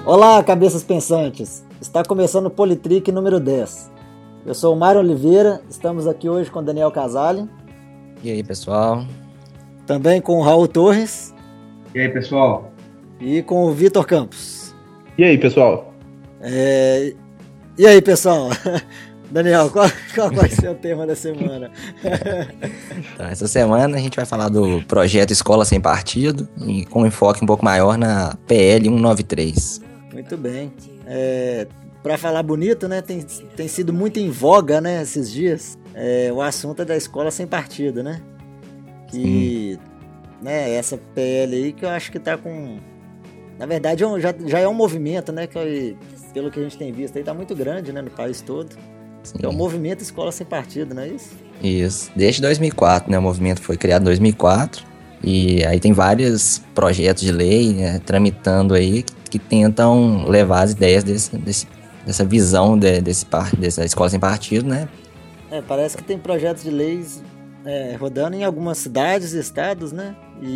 Olá, cabeças pensantes! Está começando o Politrick número 10. Eu sou o Mário Oliveira, estamos aqui hoje com o Daniel Casale. E aí, pessoal? Também com o Raul Torres. E aí, pessoal? E com o Vitor Campos. E aí, pessoal? E aí, pessoal? Daniel, qual vai ser o tema da semana? Então, essa semana a gente vai falar do projeto Escola Sem Partido e com um enfoque um pouco maior na PL 193. Muito bem. Para falar bonito, né? Tem sido muito em voga, né, esses dias. O assunto é da Escola Sem Partido, né? Que, né, essa PL aí que eu acho que tá com... Na verdade, já é um movimento, né? Que, pelo que a gente tem visto aí, tá muito grande, né, no país todo. Sim. É o movimento Escola Sem Partido, não é isso? Isso. Desde 2004, né? O movimento foi criado em 2004. E aí tem vários projetos de lei, né, tramitando aí que tentam levar as ideias dessa visão dessa Escola Sem Partido, né? Parece que tem projetos de leis rodando em algumas cidades e estados, né?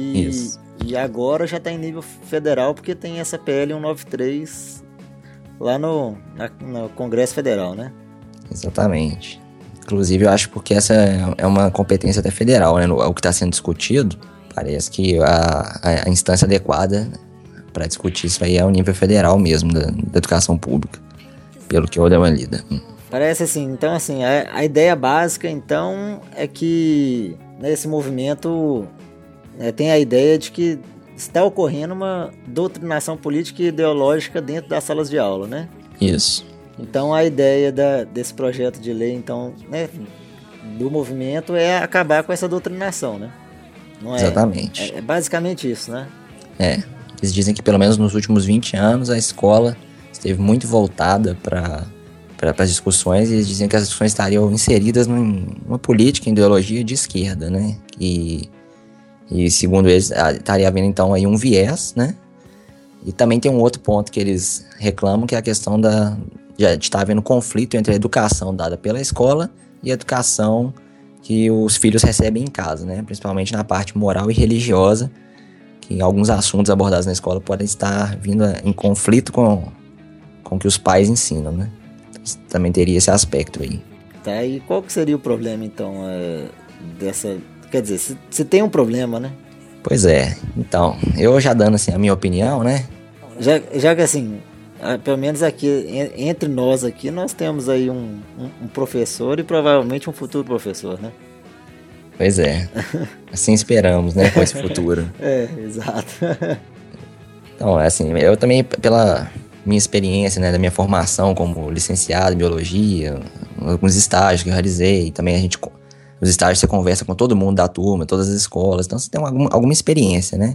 E agora já está em nível federal, porque tem essa PL 193 lá no Congresso Federal, né? Exatamente. Inclusive, eu acho porque essa é uma competência até federal, né? O que está sendo discutido, parece que a instância adequada para discutir isso aí é o nível federal mesmo, da educação pública, pelo que eu dei uma lida. Parece assim, então assim, a ideia básica então é que nesse movimento tem a ideia de que está ocorrendo uma doutrinação política e ideológica dentro das salas de aula, né? Isso. Então a ideia desse projeto de lei, então, né, do movimento é acabar com essa doutrinação, né? Não é? Exatamente. É basicamente isso, né? Eles dizem que pelo menos nos últimos 20 anos a escola esteve muito voltada para as discussões, e eles dizem que as discussões estariam inseridas numa política e ideologia de esquerda, né? E segundo eles, estaria havendo então aí um viés, né? E também tem um outro ponto que eles reclamam, que é a questão de estar havendo conflito entre a educação dada pela escola e a educação que os filhos recebem em casa, né? Principalmente na parte moral e religiosa, que alguns assuntos abordados na escola podem estar vindo em conflito com o que os pais ensinam, né? Também teria esse aspecto aí. Tá, e qual que seria o problema, então, dessa... Quer dizer, se tem um problema, né? Pois é. Então, eu já dando, assim, a minha opinião, né? Já que, assim, pelo menos aqui, entre nós aqui, nós temos aí um professor e provavelmente um futuro professor, né? Pois é. Assim esperamos, né, com esse futuro. Exato. Então, assim, eu também, pela minha experiência, né, da minha formação como licenciado em biologia, alguns estágios que eu realizei, também os estágios você conversa com todo mundo da turma, todas as escolas, então você tem alguma experiência, né?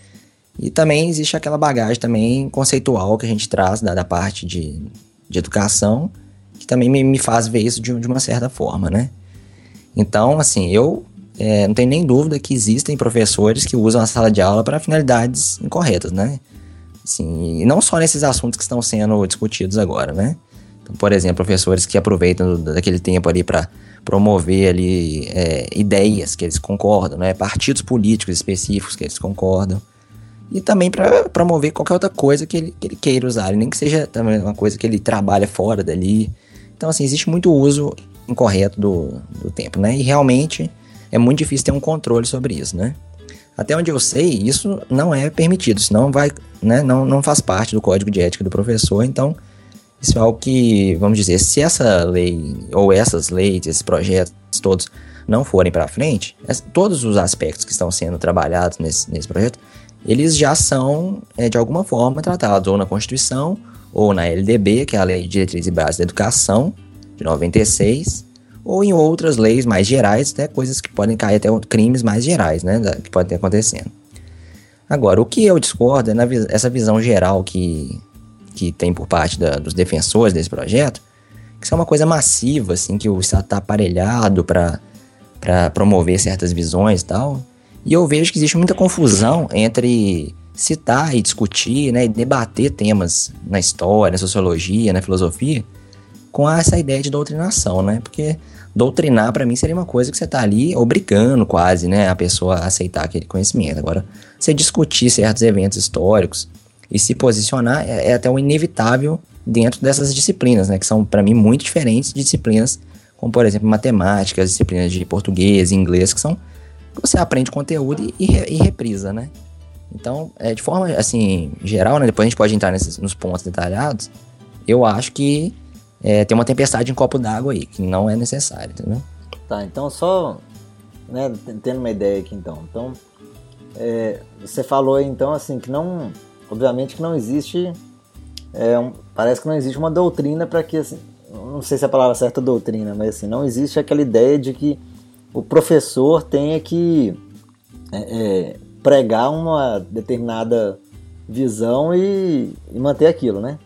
E também existe aquela bagagem também conceitual que a gente traz da parte de educação, que também me faz ver isso de uma certa forma, né? Então, assim, eu não tenho nem dúvida que existem professores que usam a sala de aula para finalidades incorretas, né? Assim, e não só nesses assuntos que estão sendo discutidos agora, né? Então, por exemplo, professores que aproveitam daquele tempo ali para promover ali ideias que eles concordam, né? Partidos políticos específicos que eles concordam. E também para promover qualquer outra coisa que ele queira usar, nem que seja também uma coisa que ele trabalha fora dali. Então, assim, existe muito uso incorreto do tempo, né? E realmente é muito difícil ter um controle sobre isso, né? Até onde eu sei, isso não é permitido, isso não vai, né? Não faz parte do código de ética do professor. Então, isso é algo que, vamos dizer, se essa lei, ou essas leis, esses projetos todos não forem para frente, todos os aspectos que estão sendo trabalhados nesse projeto, eles já são, de alguma forma, tratados ou na Constituição, ou na LDB, que é a Lei de Diretrizes e Bases da Educação, de 96, ou em outras leis mais gerais, né, coisas que podem cair até crimes mais gerais, né, que podem estar acontecendo. Agora, o que eu discordo é essa visão geral que tem por parte dos defensores desse projeto, que isso é uma coisa massiva, assim, que o Estado está aparelhado para promover certas visões e tal. E eu vejo que existe muita confusão entre citar e discutir, né, e debater temas na história, na sociologia, na filosofia, com essa ideia de doutrinação, né? Porque doutrinar, para mim, seria uma coisa que você tá ali obrigando quase, né, a pessoa a aceitar aquele conhecimento. Agora, você discutir certos eventos históricos, e se posicionar é até o inevitável dentro dessas disciplinas, né? Que são, para mim, muito diferentes de disciplinas como, por exemplo, matemática, as disciplinas de português, inglês, que são você aprende conteúdo e reprisa, né? Então, de forma, assim, geral, né? Depois a gente pode entrar nos pontos detalhados. Eu acho que tem uma tempestade em copo d'água aí, que não é necessário, entendeu? Tá, então só, né, tendo uma ideia aqui, então. Então, você falou aí, então, assim, que não... Obviamente que não existe... parece que não existe uma doutrina para que, assim... Não sei se a palavra certa é doutrina, mas, assim, não existe aquela ideia de que o professor tenha que pregar uma determinada visão e manter aquilo, né?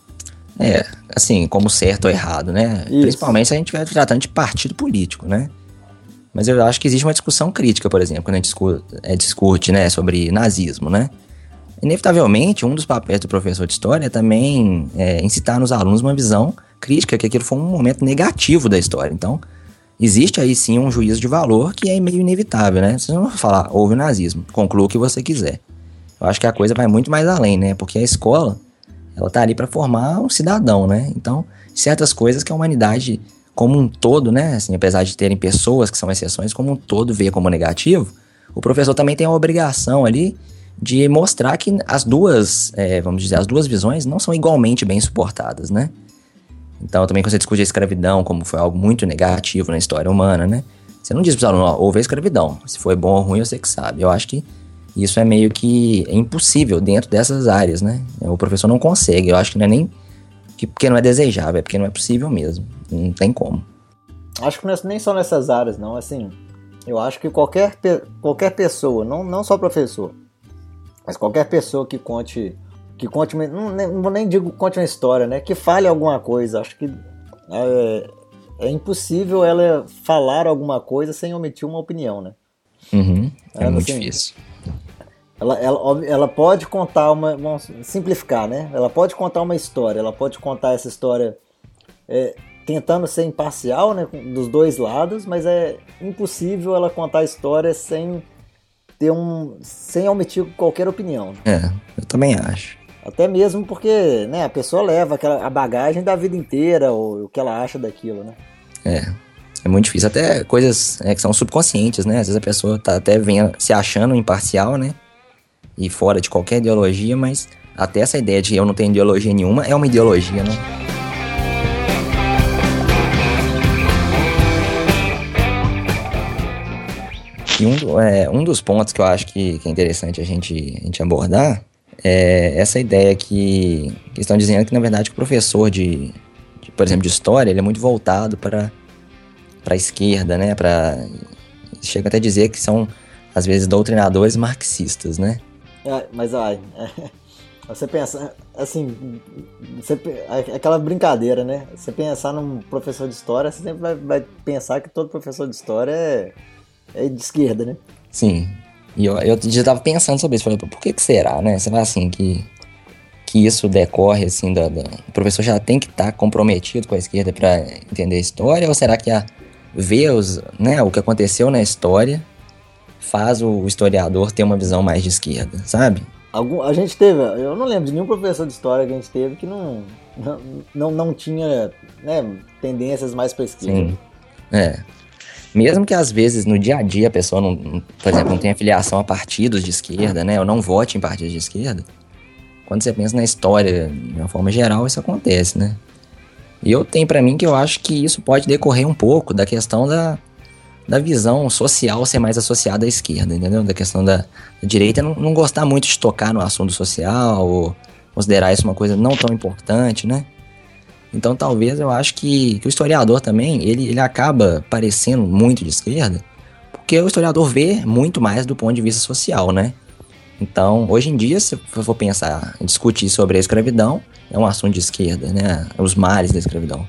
Assim, como certo ou errado, né? Isso. Principalmente se a gente estiver tratando de partido político, né? Mas eu acho que existe uma discussão crítica, por exemplo, quando a gente discute, né, sobre nazismo, né? Inevitavelmente, um dos papéis do professor de história é também incitar nos alunos uma visão crítica, que aquilo foi um momento negativo da história. Então, existe aí sim um juízo de valor que é meio inevitável, né? Você não vai falar, houve o nazismo, conclua o que você quiser. Eu acho que a coisa vai muito mais além, né? Porque a escola, ela tá ali para formar um cidadão, né? Então, certas coisas que a humanidade como um todo, né? Assim, apesar de terem pessoas que são exceções, como um todo vê como negativo, o professor também tem a obrigação ali de mostrar que as duas, vamos dizer, as duas visões não são igualmente bem suportadas, né? Então, também quando você discute a escravidão como foi algo muito negativo na história humana, né? Você não diz para os alunos, houve a escravidão, se foi bom ou ruim, você que sabe. Eu acho que isso é meio que impossível dentro dessas áreas, né? O professor não consegue, eu acho que não é nem porque não é desejável, é porque não é possível mesmo, não tem como. Acho que nem só nessas áreas, não, assim, eu acho que qualquer pessoa, não só professor, mas qualquer pessoa que conte não nem digo conte uma história, né? Que fale alguma coisa. Acho que é impossível ela falar alguma coisa sem omitir uma opinião, né? Uhum, muito assim, difícil. Ela pode contar vamos simplificar, né? Ela pode contar uma história, ela pode contar essa história tentando ser imparcial, né? Dos dois lados, mas é impossível ela contar a história sem omitir qualquer opinião. Eu também acho. Até mesmo porque, né, a pessoa leva a bagagem da vida inteira, ou o que ela acha daquilo, né? É muito difícil. Até coisas que são subconscientes, né? Às vezes a pessoa tá até se achando imparcial, né? E fora de qualquer ideologia, mas até essa ideia de eu não tenho ideologia nenhuma é uma ideologia, né? E um dos pontos que eu acho que é interessante a gente abordar é essa ideia que estão dizendo que, na verdade, o professor por exemplo, de história, ele é muito voltado para a esquerda, né? Chega até a dizer que são, às vezes, doutrinadores marxistas, né? Mas, você pensa, assim, aquela brincadeira, né? Você pensar num professor de história, você sempre vai pensar que todo professor de história é de esquerda, né? Sim. E eu já tava pensando sobre isso. Falei, por que será, né? Será assim que isso decorre, assim, o professor já tem que estar comprometido com a esquerda para entender a história? Ou será que ver o que aconteceu na história faz o historiador ter uma visão mais de esquerda, sabe? A gente teve, eu não lembro de nenhum professor de história que a gente teve que não tinha, né, tendências mais para esquerda. Sim, Mesmo que às vezes no dia a dia a pessoa por exemplo, não tenha filiação a partidos de esquerda, né? Ou não vote em partidos de esquerda. Quando você pensa na história, de uma forma geral, isso acontece, né? E eu tenho pra mim que eu acho que isso pode decorrer um pouco da questão da visão social ser mais associada à esquerda, entendeu? Da questão da direita não gostar muito de tocar no assunto social, ou considerar isso uma coisa não tão importante, né? Então talvez eu acho que o historiador também, ele acaba parecendo muito de esquerda, porque o historiador vê muito mais do ponto de vista social, né? Então, hoje em dia, se eu for pensar, discutir sobre a escravidão, é um assunto de esquerda, né? Os males da escravidão.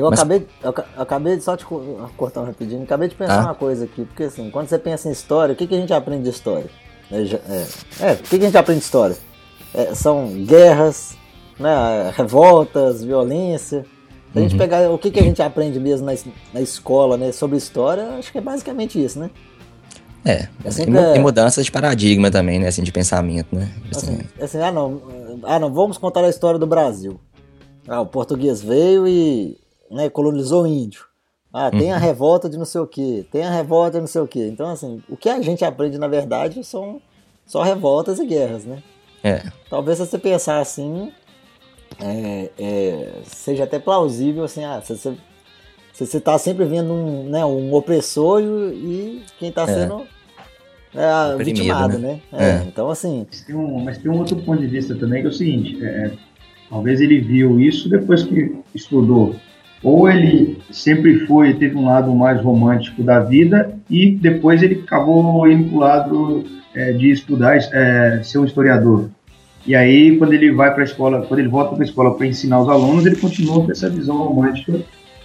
Acabei de só te cortar rapidinho, acabei de pensar uma coisa aqui, porque assim, quando você pensa em história, o que a gente aprende de história? O que a gente aprende de história? São guerras, né, revoltas, violência. Se a gente pegar o que a gente aprende mesmo na escola, né, sobre história, acho que é basicamente isso, né? E mudanças de paradigma também, né, assim, de pensamento, né? Não, vamos contar a história do Brasil. O português veio e, né, colonizou o índio. Tem a revolta de não sei o quê, tem a revolta de não sei o quê. Então, assim, o que a gente aprende, na verdade, são só revoltas e guerras, né? Talvez se você pensar assim, seja até plausível, assim, você tá sempre vendo um opressor e quem tá sendo vitimado, né? Então, assim... Mas tem um outro ponto de vista também, que é o seguinte, talvez ele viu isso depois que estudou, ou ele sempre teve um lado mais romântico da vida e depois ele acabou indo pro lado de estudar, ser um historiador. E aí, quando ele vai para a escola, quando ele volta para a escola para ensinar os alunos, ele continua com essa visão romântica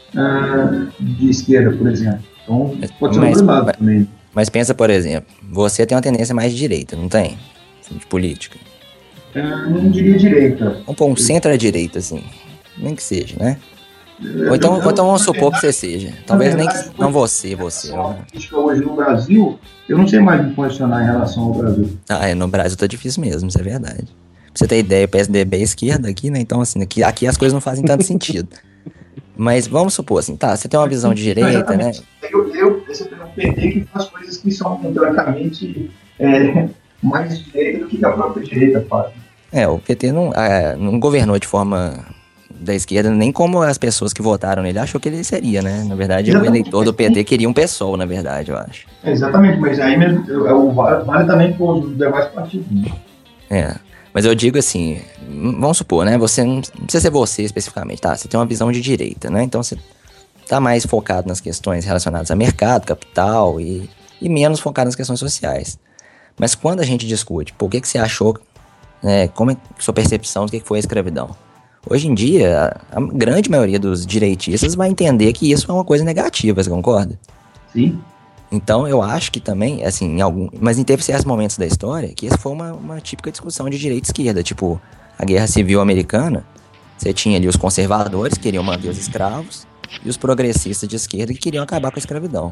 de esquerda, por exemplo. Então, pode ser outro lado também. Mas pensa, por exemplo, você tem uma tendência mais de direita, não tem? Assim, de política. Não diria direita. Vamos pôr um centro-direita, assim. Nem que seja, né? Ou então vamos supor que você seja. Talvez nem que não você. Hoje no Brasil, eu não sei mais me posicionar em relação ao Brasil. No Brasil tá difícil mesmo, isso é verdade. Pra você ter ideia, o PSDB é esquerda aqui, né? Então, assim, aqui as coisas não fazem tanto sentido. Mas vamos supor, assim, você tem uma visão de direita, né? Você tem um PT que faz coisas que são, teoricamente, mais de direita do que a própria direita faz. O PT não governou de forma da esquerda, nem como as pessoas que votaram nele achou que ele seria, né? Na verdade, o eleitor do PT queria um PSOL, na verdade, eu acho. Exatamente, mas aí mesmo, vale também para os demais partidos. Mas eu digo assim, vamos supor, né? Você não precisa ser você especificamente, tá? Você tem uma visão de direita, né? Então você tá mais focado nas questões relacionadas a mercado, capital e menos focado nas questões sociais. Mas quando a gente discute, o que você achou, né? Como é a sua percepção do que foi a escravidão? Hoje em dia, a grande maioria dos direitistas vai entender que isso é uma coisa negativa, você concorda? Sim. Então, eu acho que também, assim, mas teve certos momentos da história que essa foi uma típica discussão de direita e esquerda. Tipo, a Guerra Civil Americana, você tinha ali os conservadores que queriam manter os escravos e os progressistas de esquerda que queriam acabar com a escravidão.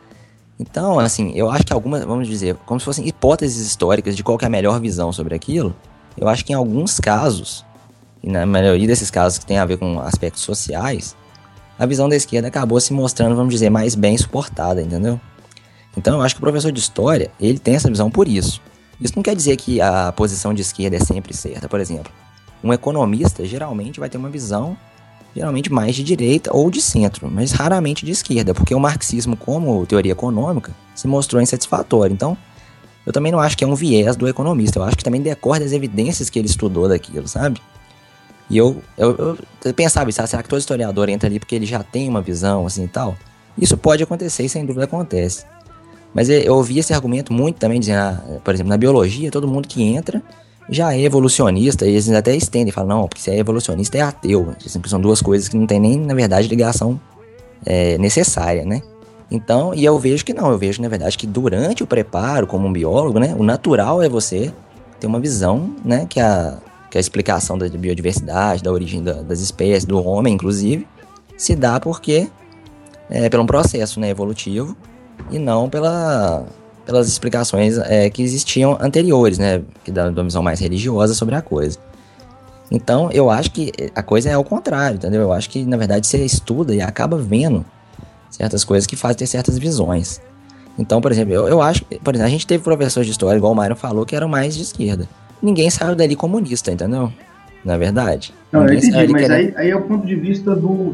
Então, assim, eu acho que algumas, vamos dizer, como se fossem hipóteses históricas de qual que é a melhor visão sobre aquilo, eu acho que em alguns casos, e na maioria desses casos que tem a ver com aspectos sociais, a visão da esquerda acabou se mostrando, vamos dizer, mais bem suportada, entendeu? Então eu acho que o professor de história, ele tem essa visão por isso. Isso não quer dizer que a posição de esquerda é sempre certa. Por exemplo, um economista geralmente vai ter uma visão geralmente mais de direita ou de centro, mas raramente de esquerda, porque o marxismo como teoria econômica se mostrou insatisfatório. Então, eu também não acho que é um viés do economista, eu acho que também decorre das evidências que ele estudou daquilo, sabe? E eu pensava, será que todo historiador entra ali porque ele já tem uma visão assim e tal? Isso pode acontecer e sem dúvida acontece. Mas eu ouvi esse argumento muito também, dizendo, por exemplo, na biologia, todo mundo que entra já é evolucionista, e eles até estendem, falam, não, porque se é evolucionista é ateu. São duas coisas que não tem nem, na verdade, ligação necessária, né? Então, e eu vejo que não, eu vejo, na verdade, que durante o preparo, como um biólogo, né, o natural é você ter uma visão, né, que a explicação da biodiversidade, da origem das espécies, do homem, inclusive, se dá porque pelo um processo, né, evolutivo, e não pelas explicações que existiam anteriores, né, que dão uma visão mais religiosa sobre a coisa. Então, eu acho que a coisa é ao contrário, entendeu? Eu acho que, na verdade, você estuda e acaba vendo certas coisas que fazem ter certas visões. Então, por exemplo, eu acho... Por exemplo, a gente teve professores de história, igual o Mário falou, que eram mais de esquerda. Ninguém saiu dali comunista, entendeu? Na verdade. Não, eu entendi, mas aí é o ponto de vista dos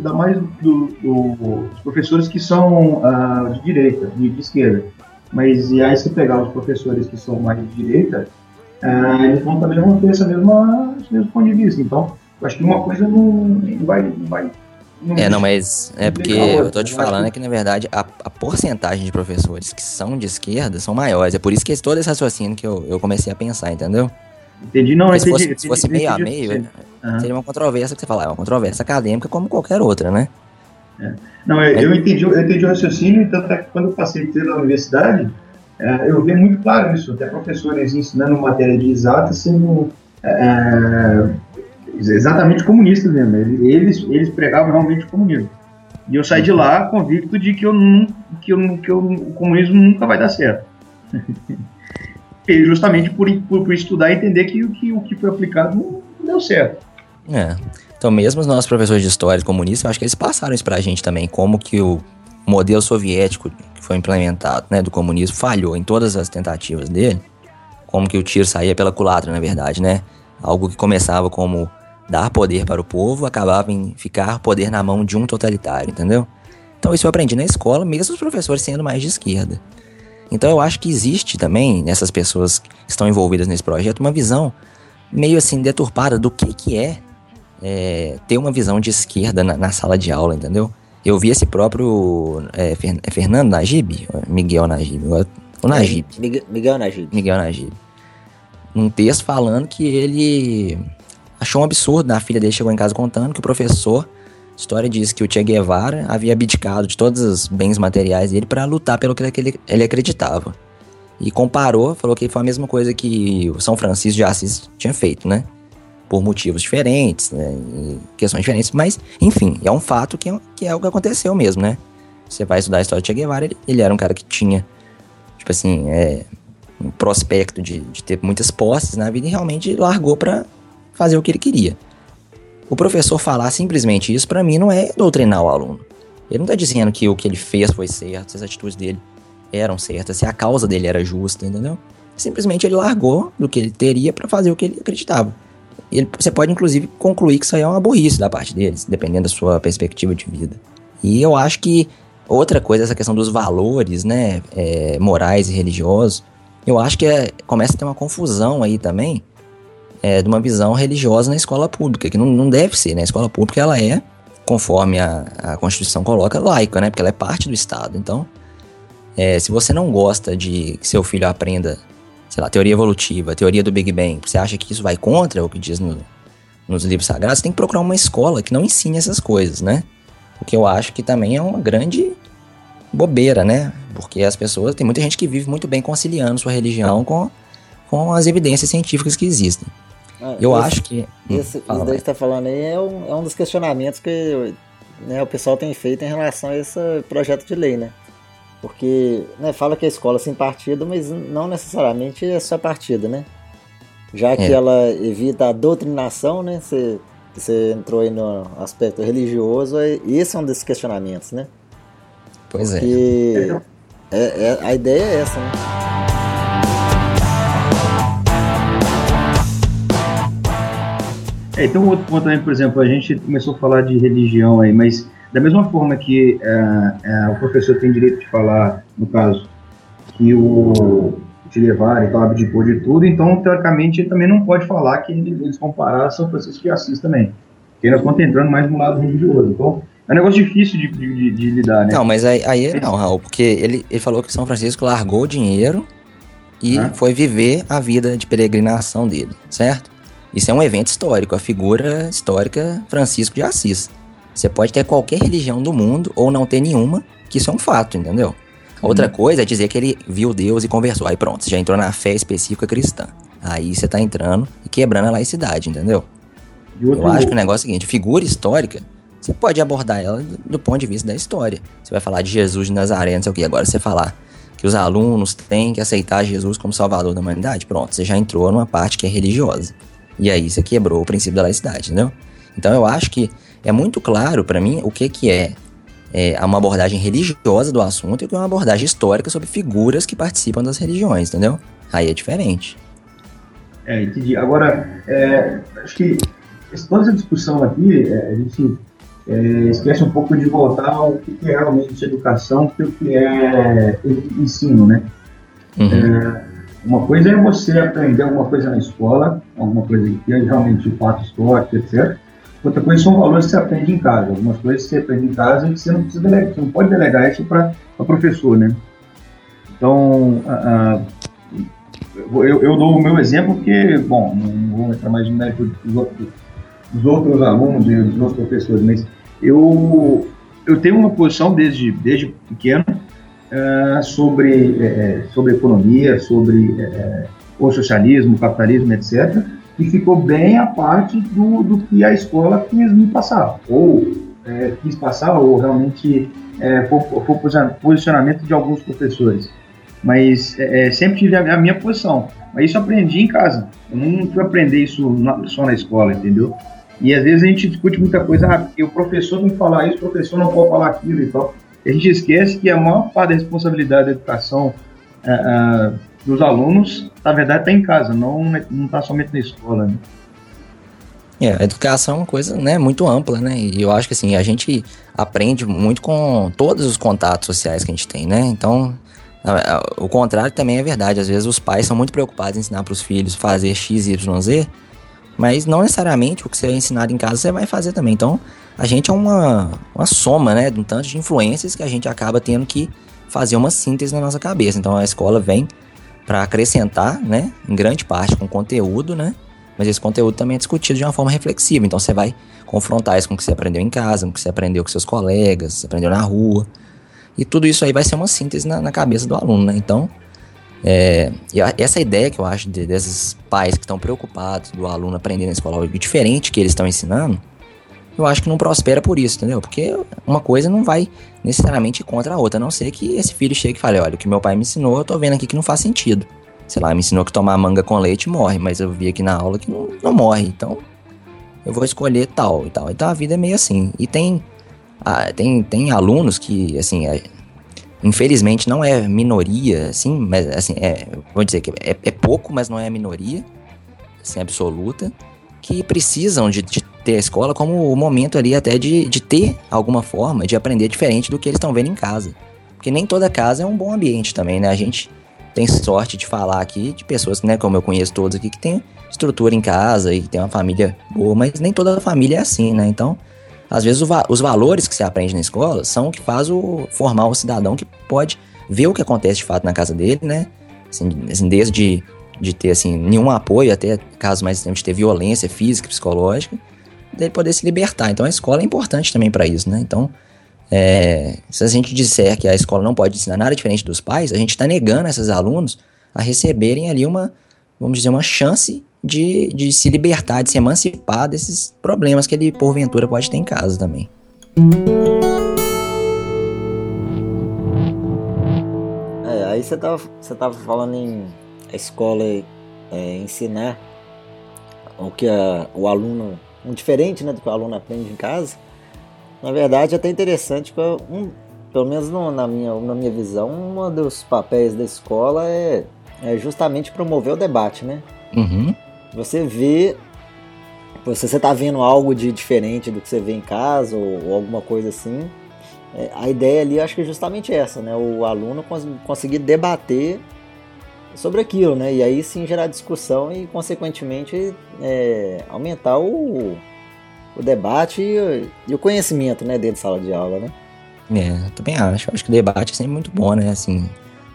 professores que são de direita, de esquerda. Mas e aí se pegar os professores que são mais de direita, eles também vão ter esse mesmo ponto de vista. Então, eu acho que uma coisa não vai não, mas é porque eu tô te falando que na verdade a porcentagem de professores que são de esquerda são maiores. É por isso que todo esse raciocínio que eu comecei a pensar, entendeu? Entendi, não, se fosse meio a meio, seria uma controvérsia que você fala, é uma controvérsia acadêmica como qualquer outra, né? Não, eu entendi o raciocínio, tanto é que quando eu passei pela universidade, eu vi muito claro isso, até professores ensinando matéria de exatas sendo exatamente comunistas mesmo, eles pregavam realmente o comunismo. E eu saí de lá convicto de que o comunismo nunca vai dar certo. E justamente por estudar e entender que o que foi aplicado não deu certo. Então mesmo os nossos professores de história comunistas, eu acho que eles passaram isso pra gente também, como que o modelo soviético que foi implementado, né, do comunismo, falhou em todas as tentativas dele, como que o tiro saía pela culatra, na verdade, né? Algo que começava como dar poder para o povo, acabava em ficar poder na mão de um totalitário, entendeu? Então isso eu aprendi na escola, mesmo os professores sendo mais de esquerda. Então eu acho que existe também, nessas pessoas que estão envolvidas nesse projeto, uma visão meio assim deturpada do que é ter uma visão de esquerda na sala de aula, entendeu? Eu vi esse próprio Fernando Najib, Miguel Najib, o Najib. Miguel Najib. Miguel Najib. Num texto falando que ele achou um absurdo, a filha dele chegou em casa contando que o professor, a história diz que o Che Guevara havia abdicado de todos os bens materiais dele para lutar pelo que ele acreditava. E comparou, falou que foi a mesma coisa que o São Francisco de Assis tinha feito, né? Por motivos diferentes, né? Questões diferentes, mas, enfim, é um fato que é o que aconteceu mesmo, né? Você vai estudar a história de Che Guevara, ele era um cara que tinha, tipo assim, um prospecto de ter muitas posses na vida e realmente largou pra fazer o que ele queria. O professor falar simplesmente isso, pra mim, não é doutrinar o aluno. Ele não tá dizendo que o que ele fez foi certo, se as atitudes dele eram certas, se a causa dele era justa, entendeu? Simplesmente ele largou do que ele teria pra fazer o que ele acreditava. Você pode, inclusive, concluir que isso aí é uma burrice da parte deles, dependendo da sua perspectiva de vida. E eu acho que outra coisa, essa questão dos valores, né, morais e religiosos, eu acho que começa a ter uma confusão aí também de uma visão religiosa na escola pública, que não deve ser, né? A escola pública, ela é, conforme a Constituição coloca, laica, né? Porque ela é parte do Estado. Então, se você não gosta de que seu filho aprenda, sei lá, teoria evolutiva, teoria do Big Bang, você acha que isso vai contra o que diz nos livros sagrados, você tem que procurar uma escola que não ensine essas coisas, né? Porque eu acho que também é uma grande bobeira, né? Porque as pessoas, tem muita gente que vive muito bem conciliando sua religião com as evidências científicas que existem. Eu acho que... Isso daí que você está falando aí é um dos questionamentos que, né, o pessoal tem feito em relação a esse projeto de lei, né? Porque, né, fala que é escola sem partido, mas não necessariamente é só partido, né? Já que ela evita a doutrinação, né? Você entrou aí no aspecto religioso, esse é um desses questionamentos, né? Pois Porque a ideia é essa, né? Então, outro ponto também, por exemplo, a gente começou a falar de religião aí, mas da mesma forma que o professor tem direito de falar, no caso, que o Che Guevara e tal abdicou de tudo, então, teoricamente, ele também não pode falar que eles compararam São Francisco de Assis também, porque nós estamos entrando mais no lado religioso. Então, é um negócio difícil de lidar, né? Não, mas aí não, Raul, porque ele falou que São Francisco largou o dinheiro e foi viver a vida de peregrinação dele, certo? Isso é um evento histórico, a figura histórica Francisco de Assis. Você pode ter qualquer religião do mundo ou não ter nenhuma, que isso é um fato, entendeu? Outra coisa é dizer que ele viu Deus e conversou. Aí pronto, você já entrou na fé específica cristã. Aí você tá entrando e quebrando a laicidade, entendeu? Eu acho que o negócio é o seguinte, figura histórica, você pode abordar ela do ponto de vista da história. Você vai falar de Jesus de Nazaré, não sei o que. Agora você falar que os alunos têm que aceitar Jesus como salvador da humanidade, pronto, você já entrou numa parte que é religiosa. E aí você quebrou o princípio da laicidade, entendeu? Então eu acho que é muito claro pra mim o que é uma abordagem religiosa do assunto e o que é uma abordagem histórica sobre figuras que participam das religiões, entendeu? Aí é diferente. Entendi. Agora, acho que toda essa discussão aqui, a gente esquece um pouco de voltar ao que é realmente educação, o que é ensino, né? Uhum. Uma coisa é você aprender alguma coisa na escola, alguma coisa que é realmente de fato histórico, etc. Outra coisa são valores que você aprende em casa. Algumas coisas que você aprende em casa e que você não precisa delegar, você não pode delegar isso para professor, né? Então, eu dou o meu exemplo porque, bom, não vou entrar mais no mérito dos outros alunos e dos outros professores, mas eu tenho uma posição desde pequeno sobre economia, sobre o socialismo, o capitalismo, etc., e ficou bem à parte do que a escola quis me passar, ou quis passar, ou realmente foi posicionamento de alguns professores. mas sempre tive a minha posição. Mas isso eu aprendi em casa. Eu não fui aprender isso só na escola, entendeu? E às vezes a gente discute muita coisa, porque o professor tem que falar isso, o professor não pode falar aquilo e tal. E a gente esquece que a maior parte da responsabilidade da educação dos alunos, na verdade, está em casa, não está somente na escola, né? A educação é uma coisa, né, muito ampla, né? E eu acho que assim, a gente aprende muito com todos os contatos sociais que a gente tem, né? Então, o contrário também é verdade. Às vezes os pais são muito preocupados em ensinar para os filhos fazer X, Y, Z, mas não necessariamente o que você é ensinado em casa você vai fazer também. Então, a gente é uma soma, né, de um tanto de influências que a gente acaba tendo que fazer uma síntese na nossa cabeça. Então, a escola vem para acrescentar, né, em grande parte com conteúdo, né? Mas esse conteúdo também é discutido de uma forma reflexiva. Então você vai confrontar isso com o que você aprendeu em casa, com o que você aprendeu com seus colegas, você aprendeu na rua. E tudo isso aí vai ser uma síntese na cabeça do aluno, né? Então, essa ideia que eu acho desses pais que estão preocupados do aluno aprender na escola algo diferente que eles estão ensinando, eu acho que não prospera por isso, entendeu? Porque uma coisa não vai necessariamente contra a outra, a não ser que esse filho chegue e fale, olha, o que meu pai me ensinou, eu tô vendo aqui que não faz sentido. Sei lá, me ensinou que tomar manga com leite morre, mas eu vi aqui na aula que não morre, então eu vou escolher tal e tal. Então a vida é meio assim. E tem alunos que, assim, infelizmente não é minoria, assim, mas assim, vou dizer que é pouco, mas não é minoria, assim, absoluta, que precisam de ter a escola como o momento ali até de ter alguma forma de aprender diferente do que eles estão vendo em casa. Porque nem toda casa é um bom ambiente também, né? A gente tem sorte de falar aqui de pessoas, né, como eu conheço todos aqui, que tem estrutura em casa e tem uma família boa, mas nem toda família é assim, né? Então, às vezes os valores que você aprende na escola são o que faz formar o cidadão que pode ver o que acontece de fato na casa dele, né? Assim, desde de ter, assim, nenhum apoio, até casos mais extremos de ter violência física, psicológica, dele poder se libertar. Então, a escola é importante também para isso, né? Então, se a gente disser que a escola não pode ensinar nada diferente dos pais, a gente está negando esses alunos a receberem ali vamos dizer, uma chance de se libertar, de se emancipar desses problemas que ele, porventura, pode ter em casa também. Aí você tava falando em a escola ensinar o que o aluno, diferente, né, do que o aluno aprende em casa. Na verdade, é até interessante, pelo menos na minha visão, um dos papéis da escola é justamente promover o debate, né? Uhum. Você vê, você está vendo algo de diferente do que você vê em casa ou alguma coisa assim, a ideia ali acho que é justamente essa, né? O aluno conseguir debater sobre aquilo, né? E aí sim gerar discussão e, consequentemente, aumentar o debate e o conhecimento, né, dentro de sala de aula, né? Eu também acho. Eu acho que o debate é sempre muito bom, né? Assim,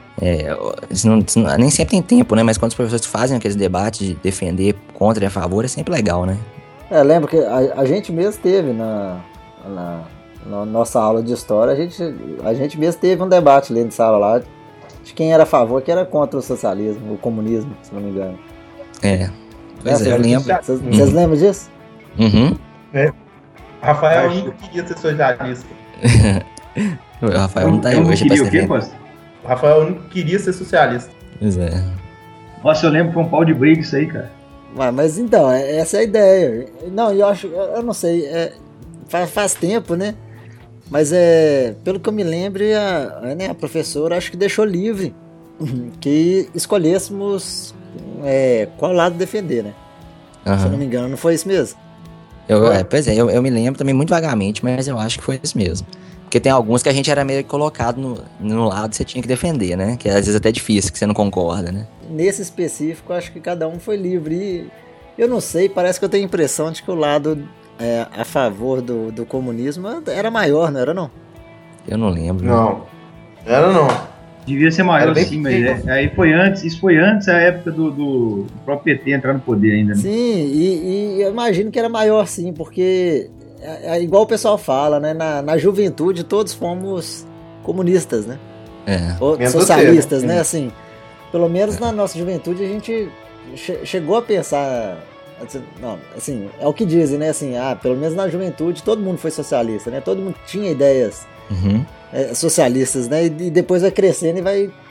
nem sempre tem tempo, né? Mas quando os professores fazem aqueles debates de defender contra e a favor, é sempre legal, né? Lembro que a gente mesmo teve na nossa aula de história, a gente mesmo teve um debate ali de sala lá de quem era a favor, quem era contra o socialismo, o comunismo, se não me engano. Pois eu lembro. Vocês lembram disso? Uhum. Rafael nunca queria ser socialista. O Rafael não tá aí hoje pra ser vendo. O Rafael nunca queria ser socialista. Pois é. Nossa, eu lembro que foi um pau de briga isso aí, cara. Mas então, essa é a ideia. Não, eu não sei, faz tempo, né? Mas pelo que eu me lembro, a professora acho que deixou livre que escolhêssemos qual lado defender, né? Se eu não me engano, não foi isso mesmo? Pois é, eu me lembro também muito vagamente, mas eu acho que foi isso mesmo. Porque tem alguns que a gente era meio colocado no lado que você tinha que defender, né? Que às vezes até é difícil, que você não concorda, né? Nesse específico, acho que cada um foi livre. E eu não sei, parece que eu tenho a impressão de que o lado a favor do comunismo era maior, não era não? Eu não lembro. Não, era não. Devia ser maior sim, mas aí foi antes, isso foi antes da época do próprio PT entrar no poder ainda, né? Sim, e eu imagino que era maior sim, porque igual o pessoal fala, né? Na juventude todos fomos comunistas, né? Ou socialistas, né? Assim, pelo menos na nossa juventude a gente chegou a pensar, não, assim, é o que dizem, né? Assim, pelo menos na juventude todo mundo foi socialista, né? Todo mundo tinha ideias socialistas, né? E depois vai crescendo e vai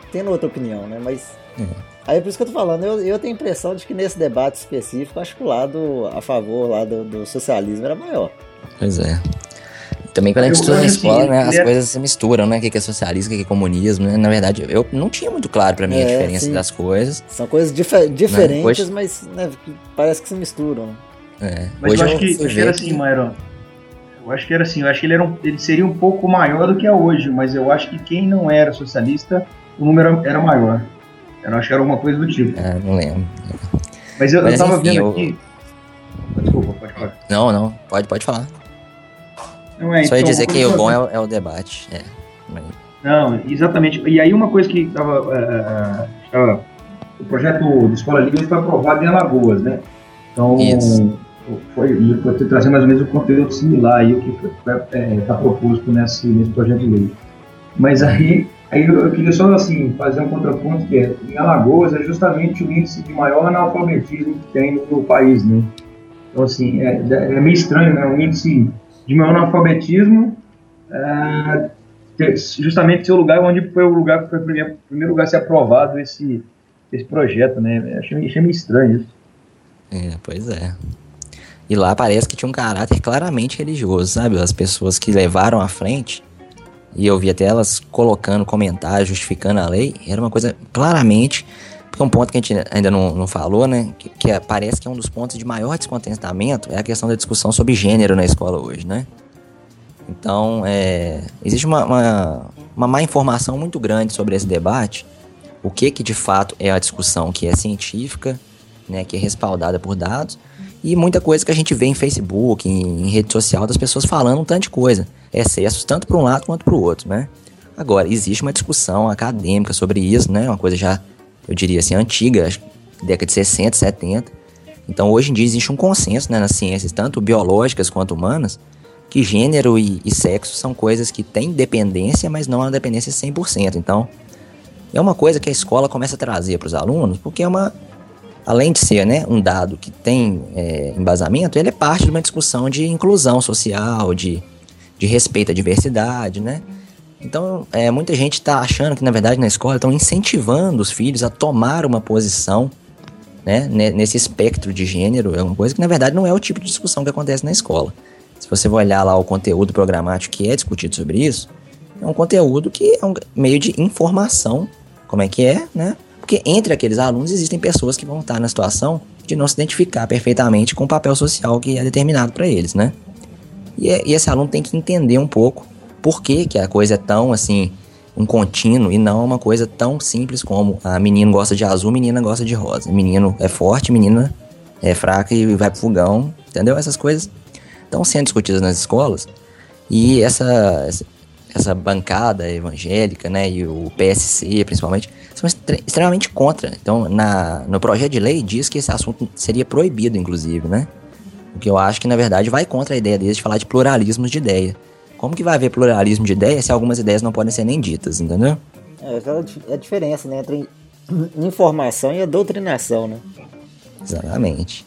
tendo outra opinião, né? Mas aí por isso que eu tô falando, eu tenho a impressão de que nesse debate específico, acho que o lado a favor lá do socialismo era maior. Pois é. Também quando a gente estuda na escola, né, as coisas se misturam, né? O que é socialismo, o que é comunismo, né? Na verdade, eu não tinha muito claro pra mim a diferença das coisas. São coisas diferentes, hoje, mas né, parece que se misturam. Mas hoje eu acho que era assim, Myron. Eu acho que era assim, eu acho que ele seria um pouco maior do que é hoje, mas eu acho que quem não era socialista, o número era maior. Eu acho que era alguma coisa do tipo. Não lembro. Mas eu tava vendo aqui... Desculpa, pode falar. Não, pode falar. Não só ia dizer que o bom é o debate. Não, exatamente. E aí uma coisa que estava... o projeto de Escola Livre foi aprovado em Alagoas, né? Então, foi trazer mais ou menos um conteúdo similar aí o que está proposto nesse projeto de lei. Mas aí eu queria só assim, fazer um contraponto que em Alagoas é justamente o índice de maior analfabetismo que tem no país, né? Então, assim, é meio estranho, né? Um índice de maior analfabetismo justamente ser o lugar onde foi o primeiro lugar a ser aprovado esse projeto, né? Achei meio estranho isso. Pois é. E lá parece que tinha um caráter claramente religioso, sabe? As pessoas que levaram à frente, e eu vi até elas colocando comentários, justificando a lei, era uma coisa claramente... Porque um ponto que a gente ainda não falou, né? Que parece que é um dos pontos de maior descontentamento é a questão da discussão sobre gênero na escola hoje, né? Então, existe uma má informação muito grande sobre esse debate. O que de fato é a discussão que é científica, né? Que é respaldada por dados. E muita coisa que a gente vê em Facebook, em rede social, das pessoas falando um tanto de coisa. Excessos tanto para um lado quanto para o outro, né? Agora, existe uma discussão acadêmica sobre isso, né? Uma coisa já, eu diria assim, antiga, acho que década de 60, 70. Então, hoje em dia, existe um consenso, né, nas ciências, tanto biológicas quanto humanas, que gênero e sexo são coisas que têm dependência, mas não é uma dependência 100%. Então, é uma coisa que a escola começa a trazer para os alunos, porque além de ser, né, um dado que tem embasamento, ele é parte de uma discussão de inclusão social, de respeito à diversidade, né? Então, muita gente está achando que, na verdade, na escola estão incentivando os filhos a tomar uma posição, né, nesse espectro de gênero. É uma coisa que, na verdade, não é o tipo de discussão que acontece na escola. Se você for olhar lá o conteúdo programático que é discutido sobre isso, é um conteúdo que é um meio de informação, como é que é, né? Porque entre aqueles alunos existem pessoas que vão estar na situação de não se identificar perfeitamente com o papel social que é determinado para eles, né? E esse aluno tem que entender um pouco por que a coisa é tão, assim, um contínuo e não uma coisa tão simples como menino gosta de azul, menina gosta de rosa. Menino é forte, menina é fraca e vai pro fogão, entendeu? Essas coisas estão sendo discutidas nas escolas e essa bancada evangélica, né, e o PSC principalmente, são extremamente contra. Então, no projeto de lei diz que esse assunto seria proibido, inclusive, né? O que eu acho que, na verdade, vai contra a ideia deles de falar de pluralismo de ideia. Como que vai haver pluralismo de ideia se algumas ideias não podem ser nem ditas, entendeu? É a diferença, né, entre informação e a doutrinação, né? Exatamente.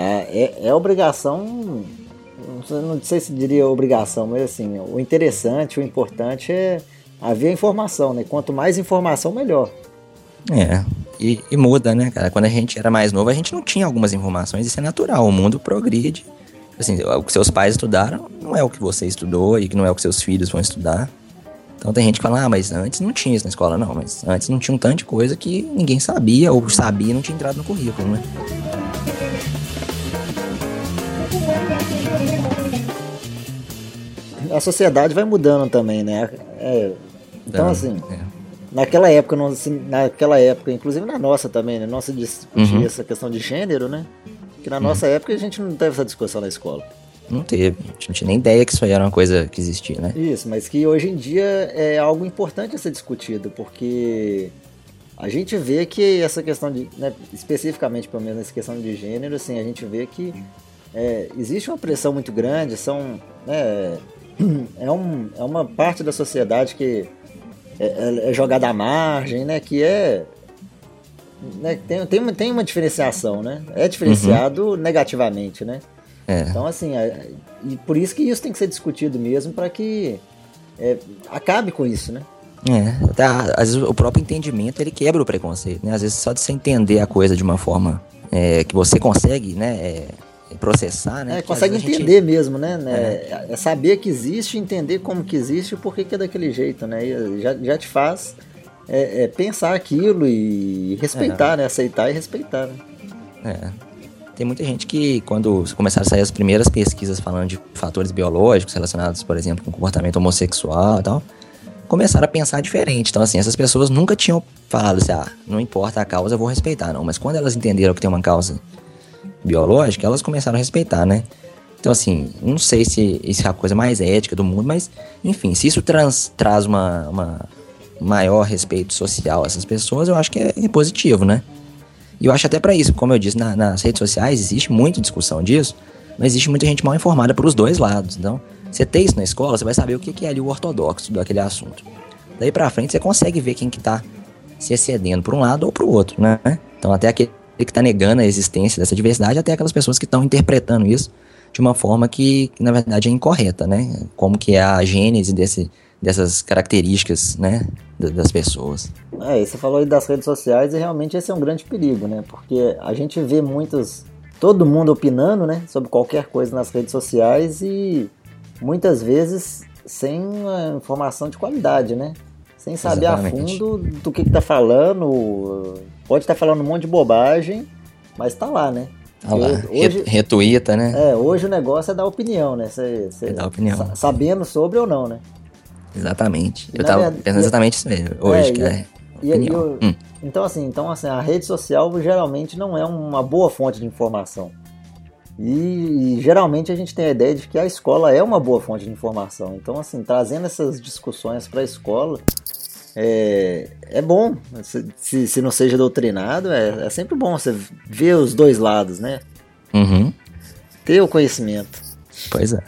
É obrigação, não sei se diria obrigação, mas assim, o interessante, o importante é haver informação, né? Quanto mais informação, melhor. E muda, né, cara? Quando a gente era mais novo, a gente não tinha algumas informações, isso é natural, o mundo progride. Assim, o que seus pais estudaram não é o que você estudou e que não é o que seus filhos vão estudar. Então tem gente que fala, mas antes não tinha isso na escola. Não, mas antes não tinha um tanto de coisa que ninguém sabia, ou sabia e não tinha entrado no currículo, né? A sociedade vai mudando também, né? Então, assim, naquela época, inclusive na nossa também, né? Nossa discutia essa questão de gênero, né? Que na nossa época a gente não teve essa discussão na escola. Não teve, a gente não tinha nem ideia que isso aí era uma coisa que existia, né? Isso, mas que hoje em dia é algo importante a ser discutido, porque a gente vê que essa questão de, né, especificamente pelo menos essa questão de gênero, assim, a gente vê que existe uma pressão muito grande, é uma parte da sociedade que é jogada à margem, né, que né, tem uma diferenciação, né? É diferenciado negativamente, né? Então, assim, e por isso que isso tem que ser discutido mesmo, para que acabe com isso, né? Até, às vezes o próprio entendimento ele quebra o preconceito, né? Às vezes só de você entender a coisa de uma forma que você consegue, né, processar, né? Consegue entender mesmo, né? É saber que existe, entender como que existe e por que é daquele jeito, né? E já te faz pensar aquilo e respeitar, né? Aceitar e respeitar, né? Tem muita gente que, quando começaram a sair as primeiras pesquisas falando de fatores biológicos relacionados, por exemplo, com comportamento homossexual e tal, começaram a pensar diferente. Então, assim, essas pessoas nunca tinham falado assim, não importa a causa, eu vou respeitar, não. Mas quando elas entenderam que tem uma causa biológica, elas começaram a respeitar, né? Então, assim, não sei se isso é a coisa mais ética do mundo, mas, enfim, se isso traz uma maior respeito social a essas pessoas, eu acho que é positivo, né? E eu acho até pra isso, como eu disse, nas redes sociais existe muita discussão disso, mas existe muita gente mal informada pros dois lados. Então, você ter isso na escola, você vai saber o que é ali o ortodoxo daquele assunto. Daí pra frente, você consegue ver quem que tá se excedendo por um lado ou pro outro, né? Então, até aquele que tá negando a existência dessa diversidade, até aquelas pessoas que estão interpretando isso de uma forma que, na verdade, é incorreta, né? Como que é a gênese dessas características, né, das pessoas. Você falou aí das redes sociais e realmente esse é um grande perigo, né? Porque a gente vê todo mundo opinando, né, sobre qualquer coisa nas redes sociais e muitas vezes sem uma informação de qualidade, né? Sem saber a fundo do que tá falando. Pode estar falando um monte de bobagem, mas tá lá, né? Tá lá, retuita, né? Hoje o negócio é dar opinião, né? Dar opinião. Sabendo sobre ou não, né? Exatamente. Eu tava pensando exatamente isso mesmo, hoje, que é opinião. Então, assim, a rede social geralmente não é uma boa fonte de informação. E geralmente a gente tem a ideia de que a escola é uma boa fonte de informação. Então, assim, trazendo essas discussões para a escola é bom. Se não seja doutrinado, é sempre bom você ver os dois lados, né? Uhum. Ter o conhecimento. Pois é.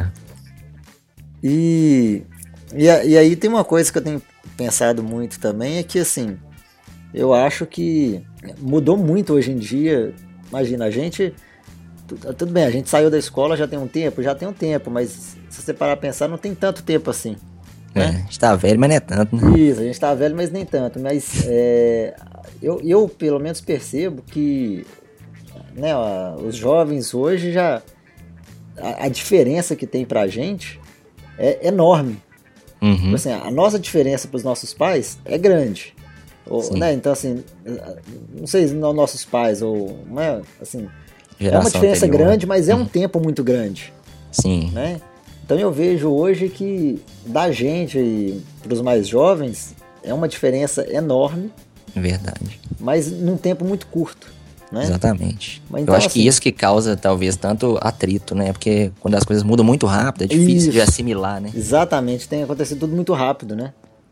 E aí tem uma coisa que eu tenho pensado muito também, é que, assim, eu acho que mudou muito hoje em dia. Imagina, a gente... Tudo bem, a gente saiu da escola já tem um tempo, mas se você parar a pensar, não tem tanto tempo assim. Né? A gente tá velho, mas não é tanto, né? Isso, a gente tá velho, mas nem tanto. Mas eu pelo menos percebo que, né, os jovens hoje já... A diferença que tem pra gente é enorme. Uhum. Assim, a nossa diferença para os nossos pais é grande. Né? Então, assim, não sei se nossos pais, ou, né, assim, é uma diferença anterior, grande, mas é um tempo muito grande. Sim. Né? Então eu vejo hoje que da gente e para os mais jovens é uma diferença enorme. Verdade. Mas num tempo muito curto. Né? Exatamente. Mas, então, eu acho que isso que causa talvez tanto atrito, né? Porque quando as coisas mudam muito rápido, é difícil de assimilar, né? Exatamente, tem acontecido tudo muito rápido, né?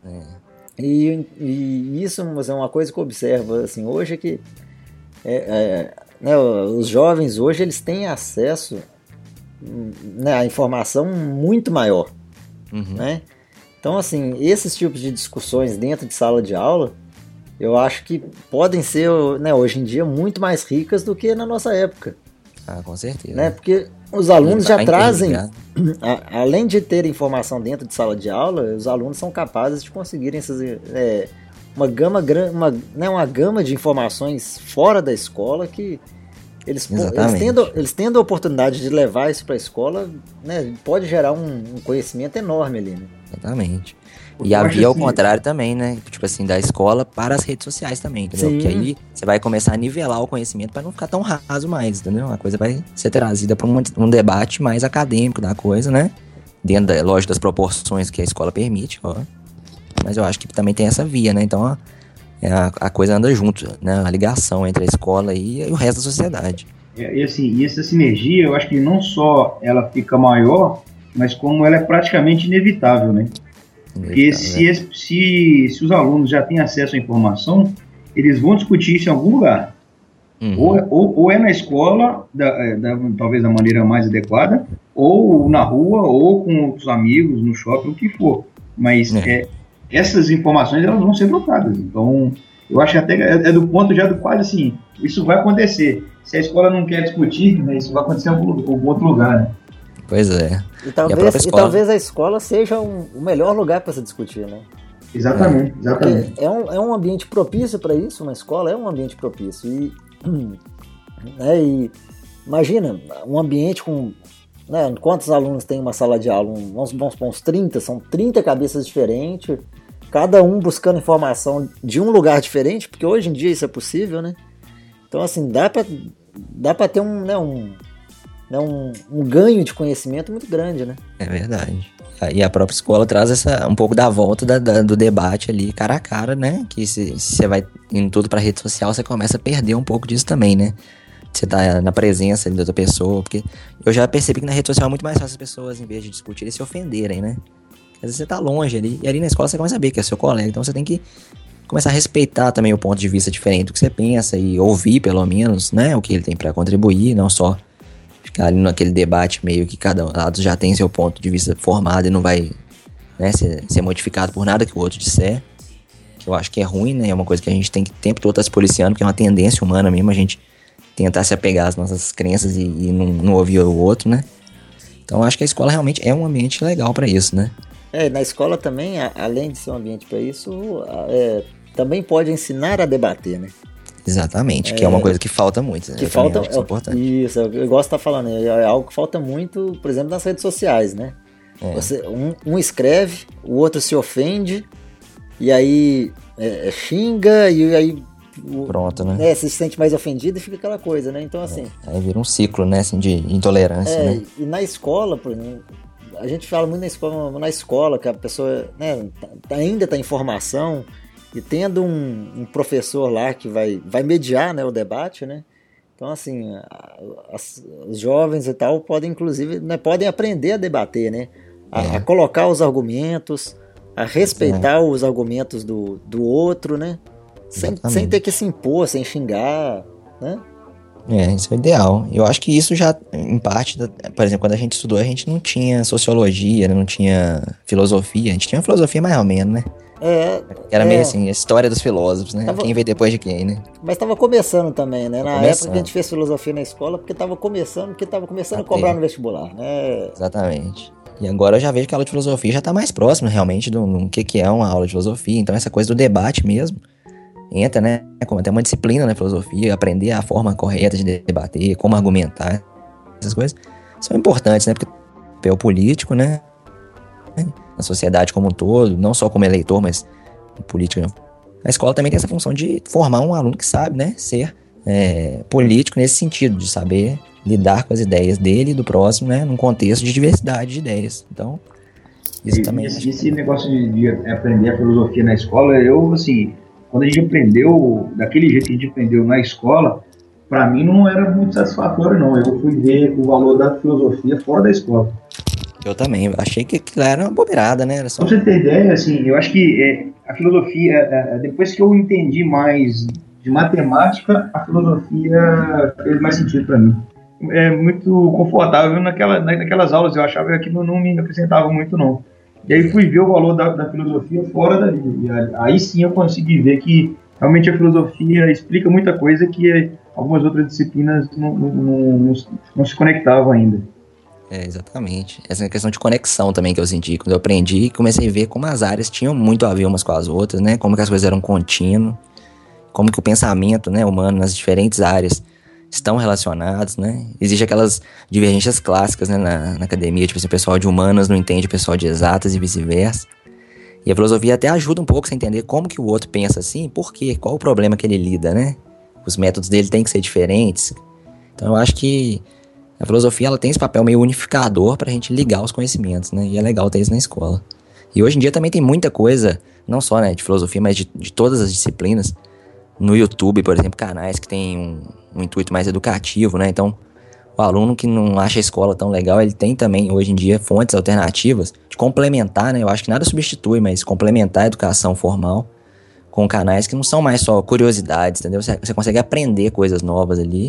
E isso é uma coisa que eu observo, assim, hoje é que né, os jovens hoje eles têm acesso, né, à informação muito maior. Né? Então, assim, esses tipos de discussões dentro de sala de aula, eu acho que podem ser, né, hoje em dia, muito mais ricas do que na nossa época. Com certeza. Né? Porque os alunos já trazem, além de ter informação dentro de sala de aula, os alunos são capazes de conseguirem uma gama de informações fora da escola que eles tendo a oportunidade de levar isso para a escola, né, pode gerar um conhecimento enorme ali. Né? Exatamente. E havia ao contrário também, né? Tipo assim, da escola para as redes sociais também, entendeu? Sim. Porque aí você vai começar a nivelar o conhecimento para não ficar tão raso mais, entendeu? A coisa vai ser trazida para um debate mais acadêmico da coisa, né? Dentro, lógico, das proporções que a escola permite, ó. Mas eu acho que também tem essa via, né? Então a coisa anda junto, né? A ligação entre a escola e o resto da sociedade. E essa sinergia, eu acho que não só ela fica maior, mas como ela é praticamente inevitável, né? Porque se os alunos já têm acesso à informação, eles vão discutir isso em algum lugar. Ou é na escola, talvez da maneira mais adequada, ou na rua, ou com outros amigos, no shopping, o que for. Mas essas informações elas vão ser trocadas. Então, eu acho que até do ponto já do quase assim, isso vai acontecer. Se a escola não quer discutir, né, isso vai acontecer em algum outro lugar, né? Pois é. E talvez a escola seja o melhor lugar para se discutir, né? Exatamente. É um ambiente propício para isso, uma escola é um ambiente propício. E imagina, um ambiente com... Né, quantos alunos tem uma sala de aula? Vamos supor uns 30, são 30 cabeças diferentes, cada um buscando informação de um lugar diferente, porque hoje em dia isso é possível, né? Então, assim, dá para ter um ganho de conhecimento muito grande, né? É verdade. E a própria escola traz um pouco da volta do debate ali, cara a cara, né? Que se você vai indo tudo pra rede social, você começa a perder um pouco disso também, né? Você tá na presença ali da outra pessoa, porque eu já percebi que na rede social é muito mais fácil as pessoas, em vez de discutirem, se ofenderem, né? Às vezes você tá longe ali, e ali na escola você começa a ver que é seu colega, então você tem que começar a respeitar também o ponto de vista diferente do que você pensa e ouvir, pelo menos, né? O que ele tem pra contribuir, não só ficar ali naquele debate meio que cada lado já tem seu ponto de vista formado e não vai, né, ser modificado por nada que o outro disser, que eu acho que é ruim, né? É uma coisa que a gente tem que o tempo todo estar se policiando, porque é uma tendência humana mesmo, a gente tentar se apegar às nossas crenças e não ouvir o outro, né? Então eu acho que a escola realmente é um ambiente legal para isso, né? Na escola também, além de ser um ambiente para isso, também pode ensinar a debater, né? Exatamente, que é uma coisa que falta muito. Que falta, acho que isso é importante. Isso, eu gosto de estar falando, é algo que falta muito, por exemplo, nas redes sociais, né? Um escreve, o outro se ofende, e aí xinga, e aí pronto, né? Se sente mais ofendido e fica aquela coisa, né? Então, assim... Aí vira um ciclo, né, assim, de intolerância, né? E na escola, por exemplo, a gente fala muito na escola que a pessoa, né, ainda está em formação, e tendo um professor lá que vai mediar, né, o debate, né? Então, assim, os jovens e tal podem, inclusive, né, podem aprender a debater, né? A colocar os argumentos, a respeitar os argumentos do outro, né? Sem ter que se impor, sem xingar, né? Isso é o ideal. Eu acho que isso já, em parte, por exemplo, quando a gente estudou, a gente não tinha sociologia, né? Não tinha filosofia. A gente tinha filosofia mais ou menos, né? Era meio assim, a história dos filósofos, né? Quem veio depois de quem, né? Mas estava começando também, né? Na época que a gente fez filosofia na escola, porque estava começando a cobrar no vestibular, né? Exatamente. E agora eu já vejo que a aula de filosofia já está mais próxima, realmente, do que é uma aula de filosofia. Então, essa coisa do debate mesmo entra, né? Como até uma disciplina na filosofia, aprender a forma correta de debater, como argumentar, essas coisas são importantes, né? Porque o político, né? Na sociedade como um todo, não só como eleitor, mas político. A escola também tem essa função de formar um aluno que sabe, né? Ser político nesse sentido, de saber lidar com as ideias dele e do próximo, né? Num contexto de diversidade de ideias. Então, isso também... Esse negócio de aprender a filosofia na escola, assim... Quando a gente aprendeu, daquele jeito que a gente aprendeu na escola, para mim não era muito satisfatório, não. Eu fui ver o valor da filosofia fora da escola. Eu também, achei que aquilo era uma bobeirada, né? Era só... Pra você ter ideia, assim, eu acho que a filosofia, depois que eu entendi mais de matemática, a filosofia fez mais sentido para mim. É muito confortável naquelas aulas, eu achava que aquilo não me acrescentava muito, não. E aí fui ver o valor da filosofia fora dali. E aí sim eu consegui ver que realmente a filosofia explica muita coisa que algumas outras disciplinas não se conectavam ainda. Exatamente. Essa é a questão de conexão também que eu senti. Quando eu aprendi, comecei a ver como as áreas tinham muito a ver umas com as outras, né? Como que as coisas eram contínuas, como que o pensamento, né, humano nas diferentes áreas estão relacionados, né? Existem aquelas divergências clássicas, né, na academia, tipo assim, o pessoal de humanas não entende o pessoal de exatas e vice-versa. E a filosofia até ajuda um pouco a entender como que o outro pensa assim, por quê, qual o problema que ele lida, né? Os métodos dele têm que ser diferentes. Então eu acho que a filosofia ela tem esse papel meio unificador pra gente ligar os conhecimentos, né? E é legal ter isso na escola. E hoje em dia também tem muita coisa, não só, né, de filosofia, mas de todas as disciplinas. No YouTube, por exemplo, canais que tem um intuito mais educativo, né? Então, o aluno que não acha a escola tão legal, ele tem também, hoje em dia, fontes alternativas de complementar, né? Eu acho que nada substitui, mas complementar a educação formal com canais que não são mais só curiosidades, entendeu? Você consegue aprender coisas novas ali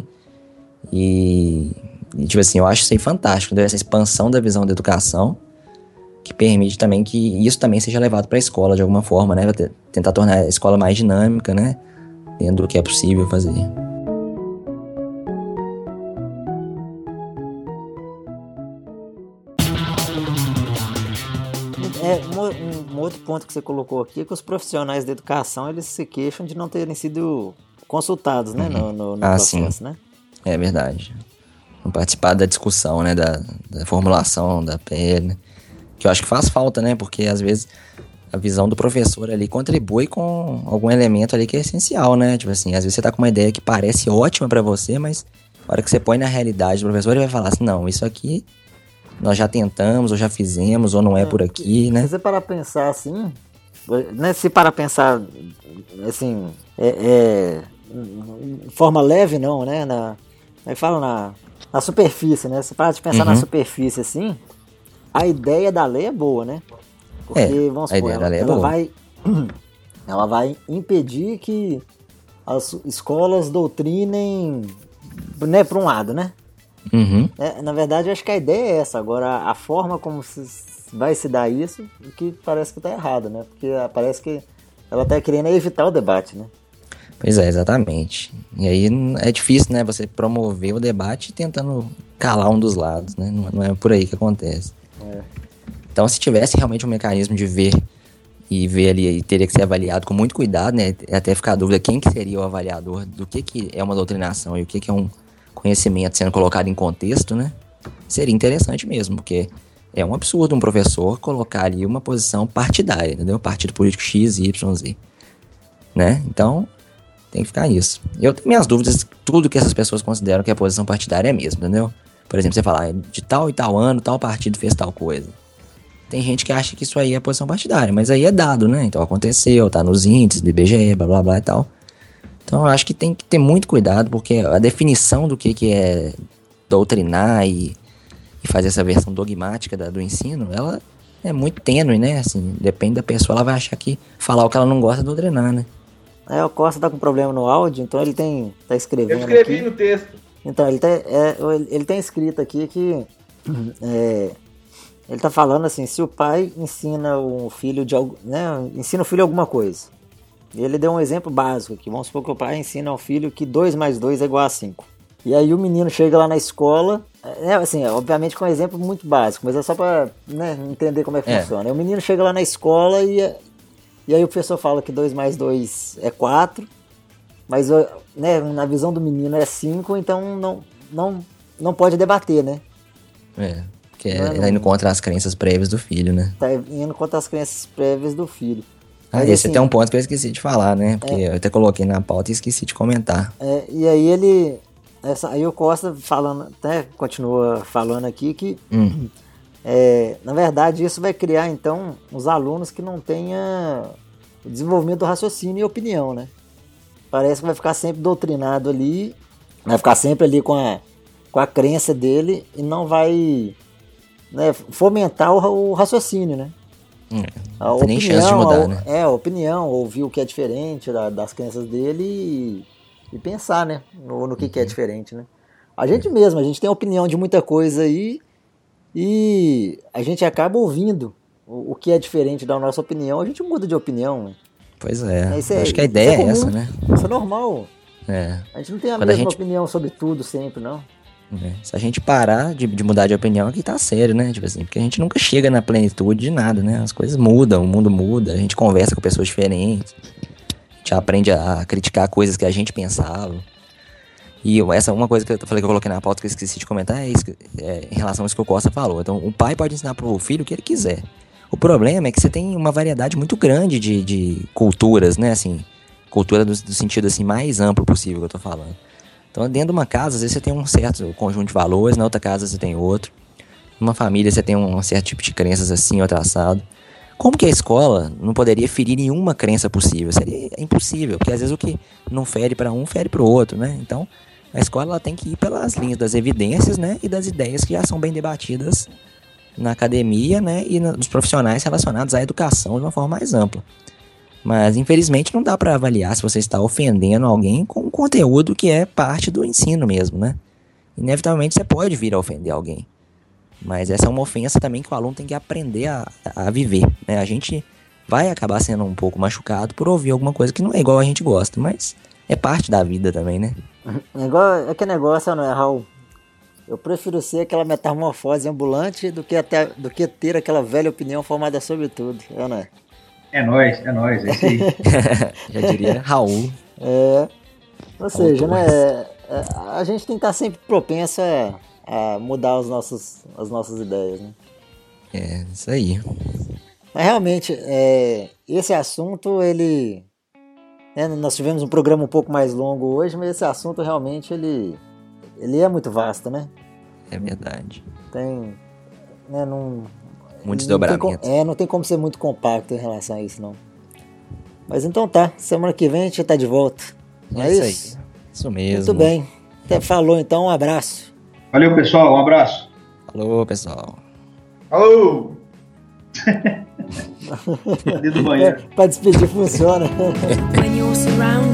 e tipo assim, eu acho isso aí fantástico, entendeu? Essa expansão da visão da educação que permite também que isso também seja levado para a escola de alguma forma, né? Tentar tornar a escola mais dinâmica, né? Dentro do que é possível fazer. Um outro ponto que você colocou aqui é que os profissionais da educação, eles se queixam de não terem sido consultados, né, no processo, sim. né? É verdade. Não participar da discussão, né, da formulação da PL, né? Que eu acho que faz falta, né, porque às vezes a visão do professor ali contribui com algum elemento ali que é essencial, né? Tipo assim, às vezes você tá com uma ideia que parece ótima pra você, mas na hora que você põe na realidade do professor, ele vai falar assim, não, isso aqui nós já tentamos, ou já fizemos, ou não é por aqui, né? Se você parar pra pensar assim, né, se parar pra pensar assim, de forma leve não, né? Como é que fala? Na superfície, né? Se parar de pensar na superfície assim, a ideia da lei é boa, né? Porque, vamos supor, ela vai impedir que as escolas doutrinem, né, para um lado, né? Na verdade, eu acho que a ideia é essa. Agora, a forma como vai se dar isso, que parece que está errado, né? Porque parece que ela está querendo evitar o debate, né? Pois é, exatamente. E aí é difícil, né, você promover o debate tentando calar um dos lados, né? Não é por aí que acontece. Então, se tivesse realmente um mecanismo de ver ali, teria que ser avaliado com muito cuidado, né? Até ficar a dúvida quem que seria o avaliador do que é uma doutrinação e o que é um conhecimento sendo colocado em contexto, né? Seria interessante mesmo, porque é um absurdo um professor colocar ali uma posição partidária, entendeu? Partido político X, Y, Z, né? Então, tem que ficar nisso. Eu tenho minhas dúvidas, tudo que essas pessoas consideram que é posição partidária é mesmo, entendeu? Por exemplo, você falar, de tal e tal ano, tal partido fez tal coisa. Tem gente que acha que isso aí é posição partidária, mas aí é dado, né? Então aconteceu, tá nos índices do IBGE, blá blá blá e tal. Então eu acho que tem que ter muito cuidado, porque a definição do que é doutrinar e fazer essa versão dogmática do ensino, ela é muito tênue, né? Assim, depende da pessoa, ela vai achar que falar o que ela não gosta é doutrinar, né? O Costa tá com problema no áudio, então ele tá escrevendo. Eu escrevi aqui. no texto. Então, ele tem escrito aqui que ele tá falando assim, se o pai ensina o filho ensina o filho alguma coisa. E ele deu um exemplo básico aqui. Vamos supor que o pai ensina ao filho que 2 mais 2 é igual a 5. E aí o menino chega lá na escola, assim, obviamente com um exemplo muito básico, mas é só para, né, entender como é que funciona. O menino chega lá na escola e aí o professor fala que 2 mais 2 é 4, mas, né, na visão do menino é 5, então não pode debater, né? Porque tá indo contra as crenças prévias do filho, né? Tá indo contra as crenças prévias do filho. Mas esse até um ponto que eu esqueci de falar, né? Porque eu até coloquei na pauta e esqueci de comentar. E aí aí o Costa falando, até continua falando aqui que na verdade isso vai criar então os alunos que não tenham o desenvolvimento do raciocínio e opinião, né? Parece que vai ficar sempre doutrinado ali, vai ficar sempre ali com a crença dele e não vai, né, fomentar o raciocínio, né? A opinião, nem chance de mudar, né? A opinião, ouvir o que é diferente das crenças dele e pensar, né, no que é diferente, né? A gente mesmo, a gente tem opinião de muita coisa aí e a gente acaba ouvindo o que é diferente da nossa opinião, a gente muda de opinião, né? Pois acho que a ideia é essa, né? Isso é normal. A gente não tem a mesma opinião sobre tudo sempre, não. Se a gente parar de mudar de opinião, aqui tá sério, né? Tipo assim, porque a gente nunca chega na plenitude de nada, né? As coisas mudam, o mundo muda, a gente conversa com pessoas diferentes, a gente aprende a criticar coisas que a gente pensava. E essa uma coisa que eu falei que eu coloquei na pauta que eu esqueci de comentar é isso, em relação a isso que o Costa falou. Então, o pai pode ensinar pro filho o que ele quiser. O problema é que você tem uma variedade muito grande de culturas, né? Assim, cultura do sentido assim, mais amplo possível que eu tô falando. Então, dentro de uma casa, às vezes você tem um certo conjunto de valores, na outra casa você tem outro. Numa família você tem um certo tipo de crenças assim, outro assado. Como que a escola não poderia ferir nenhuma crença possível? Seria impossível, porque às vezes o que não fere para um, fere para o outro, né? Então, a escola ela tem que ir pelas linhas das evidências, né? E das ideias que já são bem debatidas na academia, né? E nos profissionais relacionados à educação de uma forma mais ampla. Mas, infelizmente, não dá para avaliar se você está ofendendo alguém com um conteúdo que é parte do ensino mesmo, né? Inevitavelmente, você pode vir a ofender alguém. Mas essa é uma ofensa também que o aluno tem que aprender a viver, né? A gente vai acabar sendo um pouco machucado por ouvir alguma coisa que não é igual a gente gosta, mas é parte da vida também, né? Igual aquele negócio, não é, Raul? Eu prefiro ser aquela metamorfose ambulante do que ter aquela velha opinião formada sobre tudo, não é? É nóis, é isso aí. Já diria Raul. Ou seja, né, a gente tem que estar sempre propenso a mudar as nossas ideias, né? É, isso aí. Mas realmente, esse assunto, ele... nós tivemos um programa um pouco mais longo hoje, mas esse assunto realmente, ele é muito vasto, né? É verdade. Tem... Né, Muitos desdobramentos. Não tem como ser muito compacto em relação a isso, não. Mas então tá, semana que vem a gente tá de volta. Não é isso? Aí. Isso mesmo. Muito bem. Até falou então, um abraço. Valeu, pessoal, um abraço. Falou, pessoal. Alô! Dedo do banheiro. Pra despedir funciona. When you're surrounded